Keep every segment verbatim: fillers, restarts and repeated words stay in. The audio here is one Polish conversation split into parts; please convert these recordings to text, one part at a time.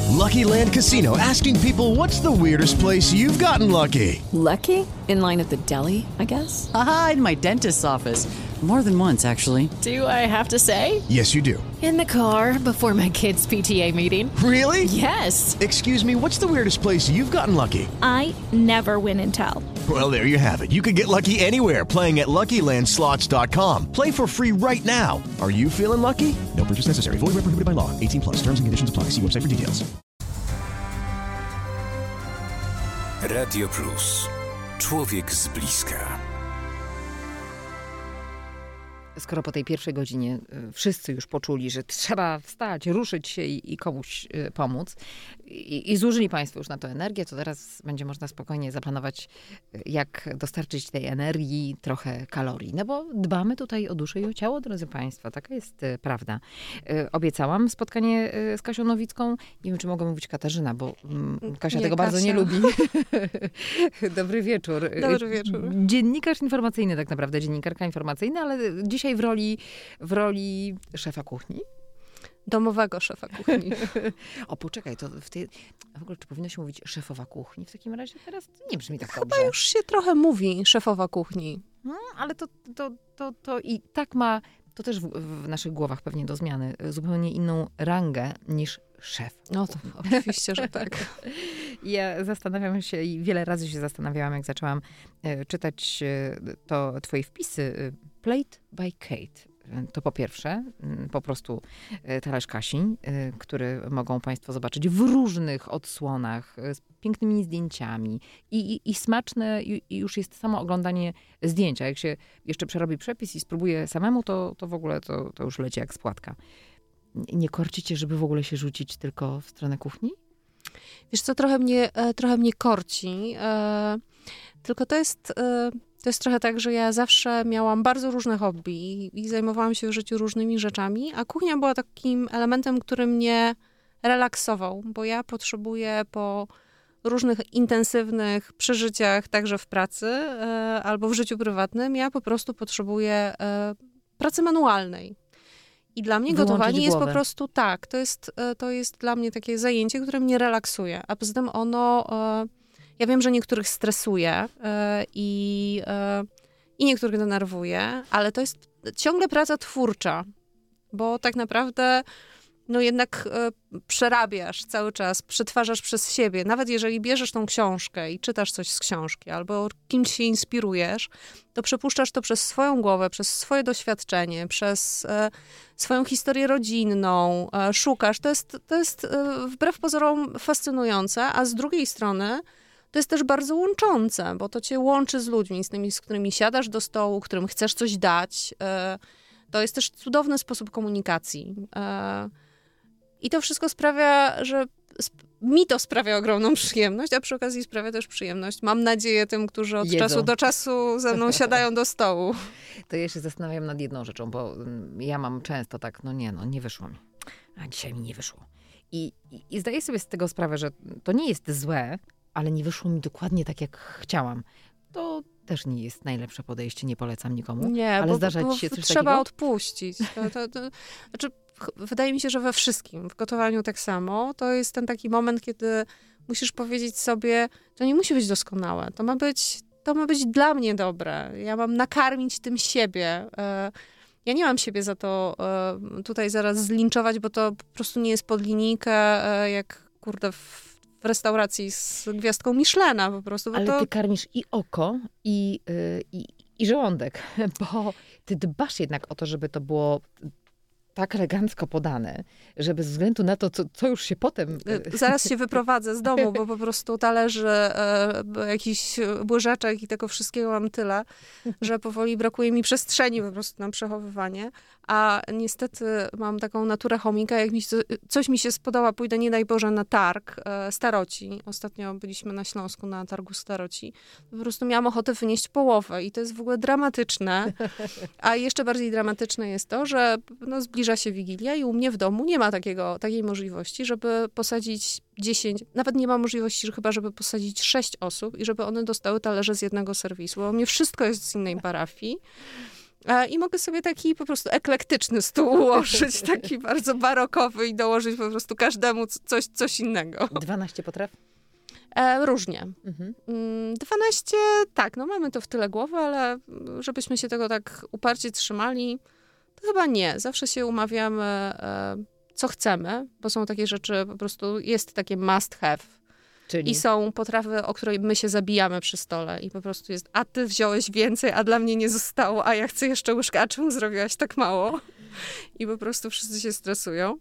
Lucky Land Casino, asking people, what's the weirdest place you've gotten lucky? Lucky? In line at the deli, I guess? Aha, in my dentist's office. More than once, actually. Do I have to say? Yes, you do. In the car before my kids' P T A meeting. Really? Yes. Excuse me, what's the weirdest place you've gotten lucky? I never win and tell. Well, there you have it. You can get lucky anywhere, playing at Lucky Land Slots dot com. Play for free right now. Are you feeling lucky? No purchase necessary. Void where prohibited by law. eighteen plus. Terms and conditions apply. See website for details. Radio Plus. Człowiek z bliska. Skoro po tej pierwszej godzinie wszyscy już poczuli, że trzeba wstać, ruszyć się i, i komuś pomóc i, i zużyli państwo już na to energię, to teraz będzie można spokojnie zaplanować, jak dostarczyć tej energii trochę kalorii. No bo dbamy tutaj o duszę i o ciało, drodzy państwo. Taka jest prawda. Obiecałam spotkanie z Kasią Nowicką. Nie wiem, czy mogę mówić Katarzyna, bo Kasia nie, tego Kasia. bardzo nie lubi. Dobry wieczór. Dobry wieczór. Dziennikarz informacyjny tak naprawdę, dziennikarka informacyjna, ale dzisiaj w roli, w roli szefa kuchni. Domowego szefa kuchni. O, poczekaj, to w, tej, w ogóle czy powinno się mówić szefowa kuchni w takim razie? Teraz nie brzmi tak Chyba dobrze. już się trochę mówi szefowa kuchni. No, ale to, to, to, to i tak ma, to też w, w naszych głowach pewnie do zmiany, zupełnie inną rangę niż szef. No to oczywiście, że tak. Ja zastanawiam się i wiele razy się zastanawiałam, jak zaczęłam e, czytać e, to twoje wpisy. E, Plate by Kate. To po pierwsze, po prostu talerz Kasi, który mogą państwo zobaczyć w różnych odsłonach, z pięknymi zdjęciami. I, i, i smaczne i, i już jest samo oglądanie zdjęcia. Jak się jeszcze przerobi przepis i spróbuje samemu, to, to w ogóle to, to już leci jak spłatka. Nie korcicie, żeby w ogóle się rzucić tylko w stronę kuchni? Wiesz co, trochę mnie, trochę mnie korci. E, tylko to jest... E, To jest trochę tak, że ja zawsze miałam bardzo różne hobby i, i zajmowałam się w życiu różnymi rzeczami, a kuchnia była takim elementem, który mnie relaksował, bo ja potrzebuję po różnych intensywnych przeżyciach, także w pracy e, albo w życiu prywatnym, ja po prostu potrzebuję e, pracy manualnej. I dla mnie Wyłączyć gotowanie jest głowę. po prostu tak, to jest, e, to jest dla mnie takie zajęcie, które mnie relaksuje, a poza tym ono... E, Ja wiem, że niektórych stresuje yy, i, yy, i niektórych denerwuje, ale to jest ciągle praca twórcza, bo tak naprawdę no jednak yy, przerabiasz cały czas, przetwarzasz przez siebie. Nawet jeżeli bierzesz tą książkę i czytasz coś z książki albo kimś się inspirujesz, to przepuszczasz to przez swoją głowę, przez swoje doświadczenie, przez yy, swoją historię rodzinną, yy, szukasz. To jest, to jest yy, wbrew pozorom fascynujące, a z drugiej strony to jest też bardzo łączące, bo to cię łączy z ludźmi, z tymi, z którymi siadasz do stołu, którym chcesz coś dać. To jest też cudowny sposób komunikacji. I to wszystko sprawia, że mi to sprawia ogromną przyjemność, a przy okazji sprawia też przyjemność. Mam nadzieję tym, którzy od Jedzą. czasu do czasu ze mną siadają do stołu. To ja się zastanawiam nad jedną rzeczą, bo ja mam często tak, no nie, no nie wyszło mi. A dzisiaj mi nie wyszło. I, i, i zdaję sobie z tego sprawę, że to nie jest złe, ale nie wyszło mi dokładnie tak, jak chciałam. To też nie jest najlepsze podejście, nie polecam nikomu. Nie, ale bo, zdarza bo ci się coś trzeba takiego? odpuścić. To, to, to, znaczy, wydaje mi się, że we wszystkim, w gotowaniu tak samo, to jest ten taki moment, kiedy musisz powiedzieć sobie, to nie musi być doskonałe, to ma być, to ma być dla mnie dobre. Ja mam nakarmić tym siebie. Ja nie mam siebie za to tutaj zaraz zlinczować, bo to po prostu nie jest pod linijkę, jak kurde w w restauracji z gwiazdką Michelina po prostu. Bo Ale to... ty karmisz i oko, i, yy, i, i żołądek, bo ty dbasz jednak o to, żeby to było tak elegancko podane, że bez względu na to, co, co już się potem... Zaraz się wyprowadzę z domu, bo po prostu talerzy, e, jakichś łyżeczek i tego wszystkiego mam tyle, że powoli brakuje mi przestrzeni po prostu na przechowywanie. A niestety mam taką naturę chomika, jak mi, coś mi się spodoba, pójdę nie daj Boże na targ e, Staroci. Ostatnio byliśmy na Śląsku na targu Staroci. Po prostu miałam ochotę wynieść połowę i to jest w ogóle dramatyczne. A jeszcze bardziej dramatyczne jest to, że no, zbliża się Wigilia i u mnie w domu nie ma takiego, takiej możliwości, żeby posadzić dziesięć, nawet nie ma możliwości, że chyba, żeby posadzić sześć osób i żeby one dostały talerze z jednego serwisu. Bo u mnie wszystko jest z innej parafii. E, I mogę sobie taki po prostu eklektyczny stół ułożyć, taki bardzo barokowy i dołożyć po prostu każdemu coś, coś innego. dwanaście potraw? E, różnie. Mhm. dwanaście, tak, no mamy to w tyle głowy, ale żebyśmy się tego tak uparcie trzymali, to chyba nie. Zawsze się umawiamy, e, co chcemy, bo są takie rzeczy, po prostu jest takie must have. Czyli? I są potrawy, o której my się zabijamy przy stole i po prostu jest, a ty wziąłeś więcej, a dla mnie nie zostało, a ja chcę jeszcze łyżkę, a czemu zrobiłaś tak mało? I po prostu wszyscy się stresują.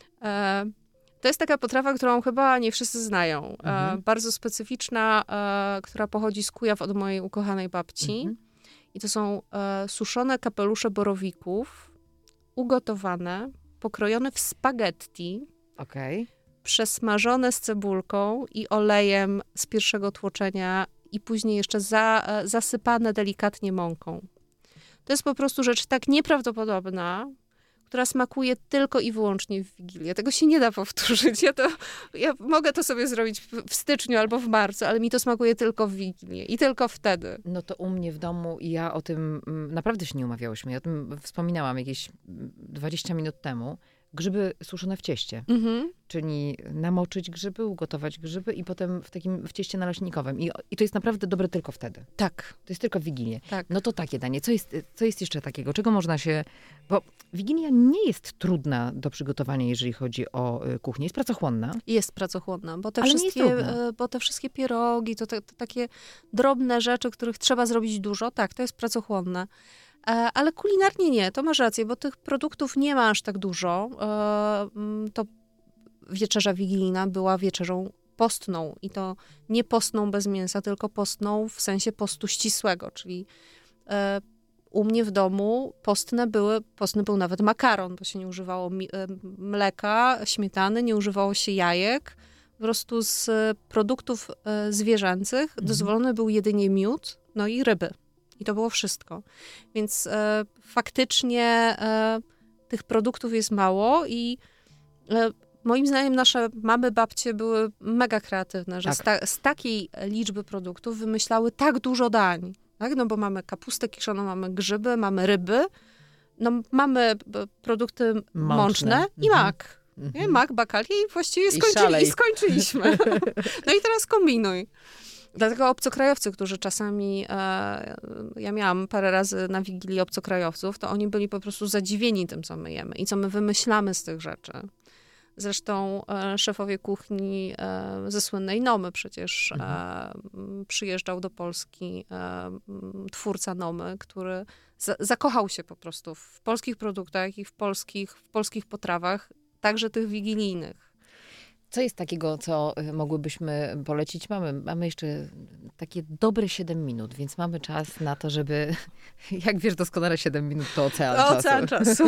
E, to jest taka potrawa, którą chyba nie wszyscy znają. E, Mhm. bardzo specyficzna, e, która pochodzi z Kujaw od mojej ukochanej babci. Mhm. I to są e, suszone kapelusze borowików, ugotowane, pokrojone w spaghetti, Okej. przesmażone z cebulką i olejem z pierwszego tłoczenia i później jeszcze za, e, zasypane delikatnie mąką. To jest po prostu rzecz tak nieprawdopodobna, która smakuje tylko i wyłącznie w Wigilię. Tego się nie da powtórzyć. Ja, to, ja mogę to sobie zrobić w, w styczniu albo w marcu, ale mi to smakuje tylko w Wigilię i tylko wtedy. No to u mnie w domu i ja o tym mm, naprawdę się nie umawiałyśmy. Ja o tym wspominałam jakieś mm, dwadzieścia minut temu. Grzyby suszone w cieście. Mhm. Czyli namoczyć grzyby, ugotować grzyby i potem w takim w cieście naleśnikowym. I, I to jest naprawdę dobre tylko wtedy. Tak, To jest tylko w Wigilię. tak. No to takie danie. Co jest, co jest jeszcze takiego? Czego można się... Bo Wigilia nie jest trudna do przygotowania, jeżeli chodzi o y, kuchnię. Jest pracochłonna. Jest pracochłonna, bo te, Ale nie jest wszystkie, trudna. e, bo te wszystkie pierogi, to, te, to takie drobne rzeczy, których trzeba zrobić dużo, tak, to jest pracochłonne. E, Ale kulinarnie nie, to masz rację, bo tych produktów nie ma aż tak dużo. E, mm, To wieczerza wigilijna była wieczerzą postną i to nie postną bez mięsa, tylko postną w sensie postu ścisłego, czyli e, u mnie w domu postne były, postny był nawet makaron, bo się nie używało mi, e, mleka, śmietany, nie używało się jajek. Po prostu z produktów e, zwierzęcych dozwolony był jedynie miód, no i ryby. I to było wszystko. Więc e, faktycznie e, tych produktów jest mało i e, moim zdaniem nasze mamy, babcie były mega kreatywne, że Tak. z, ta, z takiej liczby produktów wymyślały tak dużo dań. Tak? No bo mamy kapustę kiszoną, mamy grzyby, mamy ryby, no mamy b- produkty mączne, Mączne. i Mhm. mak. Nie? Mhm. Mak, bakalię i właściwie I skończyli, szalej. i skończyliśmy. No i teraz kombinuj. Dlatego obcokrajowcy, którzy czasami, e, ja miałam parę razy na Wigilii obcokrajowców, to oni byli po prostu zadziwieni tym, co my jemy i co my wymyślamy z tych rzeczy. Zresztą e, szefowie kuchni e, ze słynnej Nomy przecież e, m, przyjeżdżał do Polski e, m, twórca Nomy, który za, zakochał się po prostu w polskich produktach i w polskich, w polskich potrawach, także tych wigilijnych. Co jest takiego, co y, mogłybyśmy polecić? Mamy, mamy jeszcze takie dobre siedem minut, więc mamy czas na to, żeby, jak wiesz doskonale, siedem minut to ocean czasu. Ocean czasu.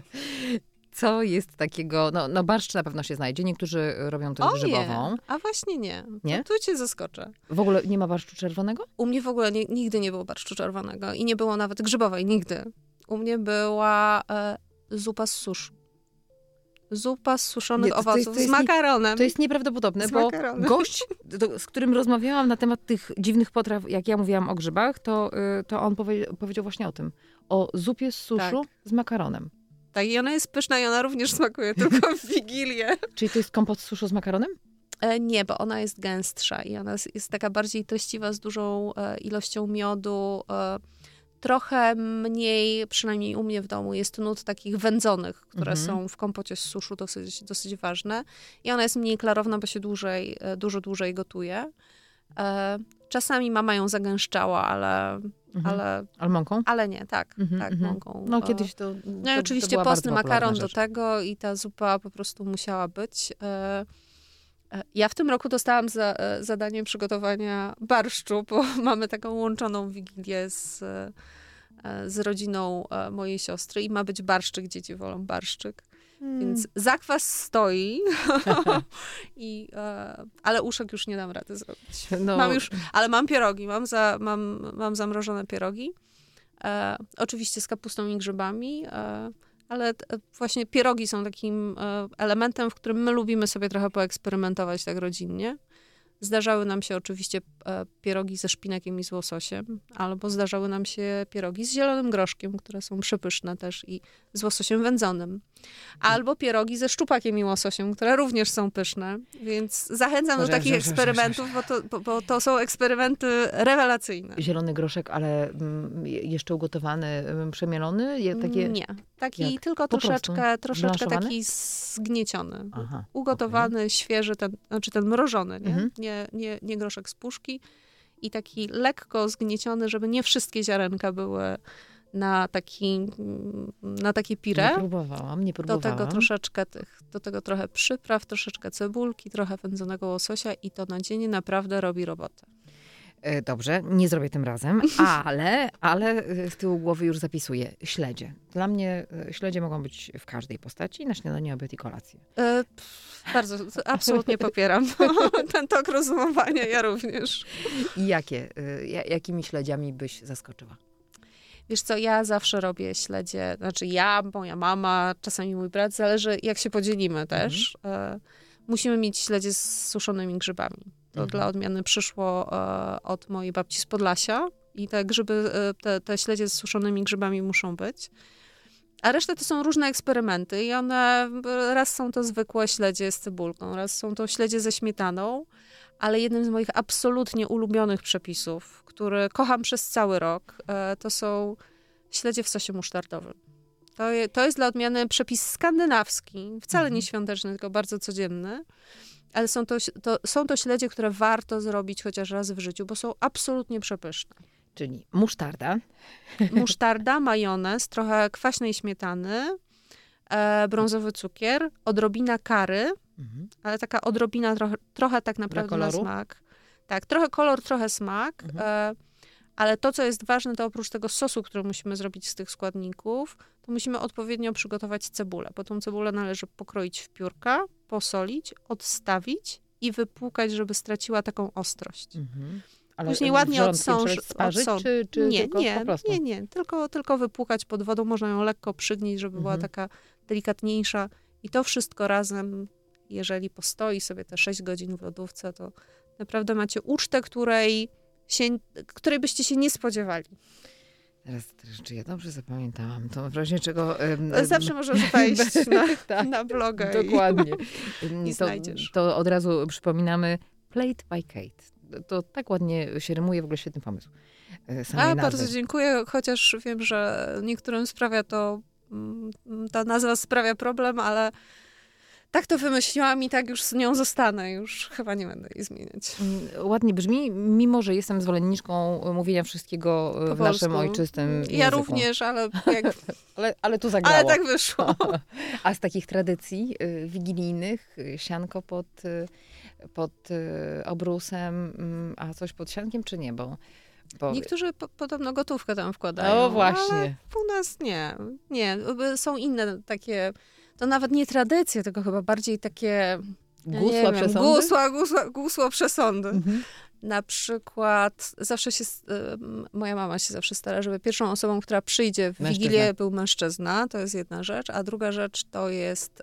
Co jest takiego, no, no barszcz na pewno się znajdzie, niektórzy robią też O grzybową. nie, a właśnie nie. Nie? Tu cię zaskoczę. W ogóle nie ma barszczu czerwonego? U mnie w ogóle nie, nigdy nie było barszczu czerwonego i nie było nawet grzybowej, nigdy. U mnie była e, zupa z suszu. Zupa z suszonych Nie, to- to owoców jest- to jest z nie- makaronem. To jest nieprawdopodobne, Z bo makaronem. gość, do, z którym rozmawiałam na temat tych dziwnych potraw, jak ja mówiłam o grzybach, to, y, to on powie, powiedział właśnie o tym. O zupie z suszu z makaronem. Tak, i ona jest pyszna i ona również smakuje tylko w Wigilię. Czyli to jest kompot z suszu z makaronem? E, nie, bo ona jest gęstsza i ona jest, jest taka bardziej treściwa, z dużą e, ilością miodu. E, trochę mniej, przynajmniej u mnie w domu, jest nut takich wędzonych, które Mhm. są w kompocie z suszu dosyć, dosyć ważne. I ona jest mniej klarowna, bo się dłużej, e, dużo dłużej gotuje. E, czasami mama ją zagęszczała, ale, Mhm. ale, Ale mąką? ale nie, tak, Mhm, tak, mhm. mąką. No E, kiedyś to, to No i to oczywiście była postny bardzo popularna makaron do rzecz. tego i ta zupa po prostu musiała być. E, e, Ja w tym roku dostałam za, e, zadanie przygotowania barszczu, bo mamy taką łączoną wigilię z, e, z rodziną e, mojej siostry i ma być barszczyk, dzieci wolą barszczyk. Hmm. Więc zakwas stoi, I, e, ale uszek już nie dam rady zrobić. No, Mam już, ale mam pierogi, mam, za, mam, mam zamrożone pierogi. E, oczywiście z kapustą i grzybami, e, ale t, właśnie pierogi są takim e, elementem, w którym my lubimy sobie trochę poeksperymentować tak rodzinnie. Zdarzały nam się oczywiście e, pierogi ze szpinakiem i z łososiem, albo zdarzały nam się pierogi z zielonym groszkiem, które są przepyszne też i z łososiem wędzonym. Albo pierogi ze szczupakiem i łososiem, które również są pyszne. Więc zachęcam Może, do takich że, że, że, eksperymentów, bo to, bo, bo to są eksperymenty rewelacyjne. Zielony groszek, ale mm, jeszcze ugotowany, mm, przemielony? Je, takie... Nie, taki Jak? tylko Po troszeczkę, prostu? troszeczkę Blanszowany? taki zgnieciony. Aha, Ugotowany, okay. świeży, ten, znaczy ten mrożony, nie? Mhm. Nie, nie, nie groszek z puszki. I taki lekko zgnieciony, żeby nie wszystkie ziarenka były na taki, na takie pire. Nie próbowałam, nie Do próbowałam. tego troszeczkę tych, do tego trochę przypraw, troszeczkę cebulki, trochę wędzonego łososia i to na dzień naprawdę robi robotę. E, Dobrze, nie zrobię tym razem, ale, ale z tyłu głowy już zapisuję. Śledzie. Dla mnie e, śledzie mogą być w każdej postaci, na śniadanie, obiad i kolację. E, pff, bardzo, absolutnie popieram ten tok rozumowania, ja również. I jakie, e, ja- jakimi śledziami byś zaskoczyła? Wiesz co, ja zawsze robię śledzie, znaczy ja, moja mama, czasami mój brat, zależy jak się podzielimy też. E, musimy mieć śledzie z suszonymi grzybami. To Mhm. dla odmiany przyszło e, od mojej babci z Podlasia i te grzyby, e, te, te śledzie z suszonymi grzybami muszą być. A reszta to są różne eksperymenty i one, raz są to zwykłe śledzie z cebulką, raz są to śledzie ze śmietaną, ale jednym z moich absolutnie ulubionych przepisów, który kocham przez cały rok, e, to są śledzie w sosie musztardowym. To, je, to jest dla odmiany przepis skandynawski, wcale nie świąteczny, tylko bardzo codzienny, ale są to, to, są to śledzie, które warto zrobić chociaż raz w życiu, bo są absolutnie przepyszne. Czyli musztarda. Musztarda, majonez, trochę kwaśnej śmietany, e, brązowy cukier, odrobina kary, Mhm. ale taka odrobina trochę, trochę tak naprawdę na koloru? smak. Tak, trochę kolor, trochę smak, e, ale to, co jest ważne, to oprócz tego sosu, który musimy zrobić z tych składników, to musimy odpowiednio przygotować cebulę, bo tą cebulę należy pokroić w piórka, posolić, odstawić i wypłukać, żeby straciła taką ostrość. Mhm. Ale Później ładnie wrzątkiem odsąż- trzeba sparzyć, odsą- czy, czy nie, tylko nie, po prostu? nie, nie, tylko, tylko wypłukać pod wodą, można ją lekko przygnić, żeby była Mhm. taka delikatniejsza i to wszystko razem, jeżeli postoi sobie te sześć godzin w lodówce, to naprawdę macie ucztę, której, się, której byście się nie spodziewali. Teraz, teraz, czy ja dobrze zapamiętałam? To w razie czego... em, Zawsze możesz wejść na, tak, na bloga Dokładnie. i to, znajdziesz. to od razu przypominamy Plate by Kate. To tak ładnie się rymuje, w ogóle świetny pomysł. e, i... Samej A, nazwy. bardzo dziękuję, chociaż wiem, że niektórym sprawia to, mm, ta nazwa sprawia problem, ale tak to wymyśliłam i tak już z nią zostanę. Już chyba nie będę jej zmieniać. Mm, Ładnie brzmi, mimo że jestem zwolenniczką mówienia wszystkiego e, Po w naszym polsku. ojczystym Ja języku. również, ale, jak, Ale, ale tu zagrało. ale tak wyszło. A z takich tradycji y, wigilijnych, y, sianko pod, y, pod y, obrusem, mm, a coś pod siankiem, czy nie? Bo, bo Niektórzy po, podobno gotówkę tam wkładają. No właśnie. Ale u nas nie. Nie, są inne takie, to nawet nie tradycje, tylko chyba bardziej takie... ja gusła nie wiem, przesądy? Gusła, gusła, gusło przesądy. Mhm. Na przykład zawsze się, y, moja mama się zawsze stara, żeby pierwszą osobą, która przyjdzie w Mężczyzna. Wigilię był mężczyzna. To jest jedna rzecz. A druga rzecz to jest y,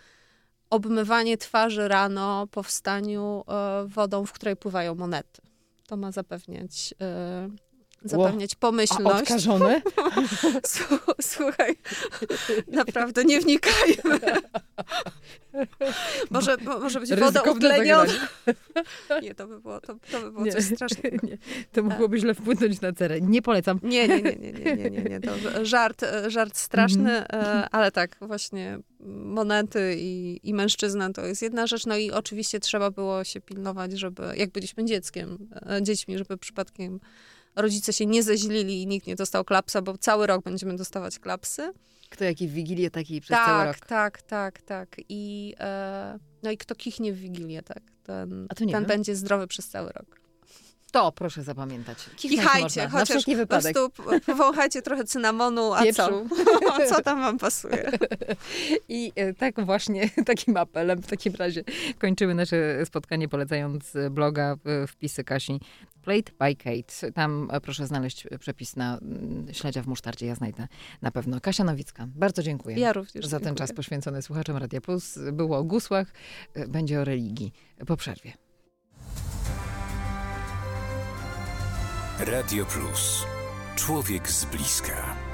obmywanie twarzy rano po wstaniu y, wodą, w której pływają monety. To ma zapewniać, y, zapewniać A pomyślność. odkażone? Słu- Słuchaj, naprawdę nie wnikajmy. Może, mo- może być woda Ryzykowne utleniona. zagranie. Nie, to by było, to, to by było Nie, coś strasznego. nie. To mogłoby źle wpłynąć na cerę. Nie polecam. Nie, nie, nie, nie, nie, nie, nie, nie. To żart, żart straszny, Mhm. e, ale tak, właśnie monety i, i mężczyzna to jest jedna rzecz. No i oczywiście trzeba było się pilnować, żeby, jak byliśmy dzieckiem, e, dziećmi, żeby przypadkiem rodzice się nie zeźlili i nikt nie dostał klapsa, bo cały rok będziemy dostawać klapsy. Kto jaki w Wigilię, taki przez cały rok. Tak, tak, tak, tak. I, e, no i kto kichnie w Wigilię, tak, ten, A to nie ten wiem. będzie zdrowy przez cały rok. To proszę zapamiętać. Kichnąć Kichajcie, można, na chociaż wszelki po wypadek. prostu powąchajcie trochę cynamonu, a co? Pieprzu. co tam wam pasuje? I e, tak właśnie, takim apelem w takim razie kończymy nasze spotkanie, polecając e, bloga, e, wpisy Kasi Plate by Kate. Tam e, proszę znaleźć przepis na mm, śledzia w musztardzie. Ja znajdę na pewno. Kasia Nowicka, bardzo dziękuję. Ja również Za ten dziękuję. czas poświęcony słuchaczom Radia Plus. Było o gusłach, e, będzie o religii. Po przerwie. Radio Plus. Człowiek z bliska.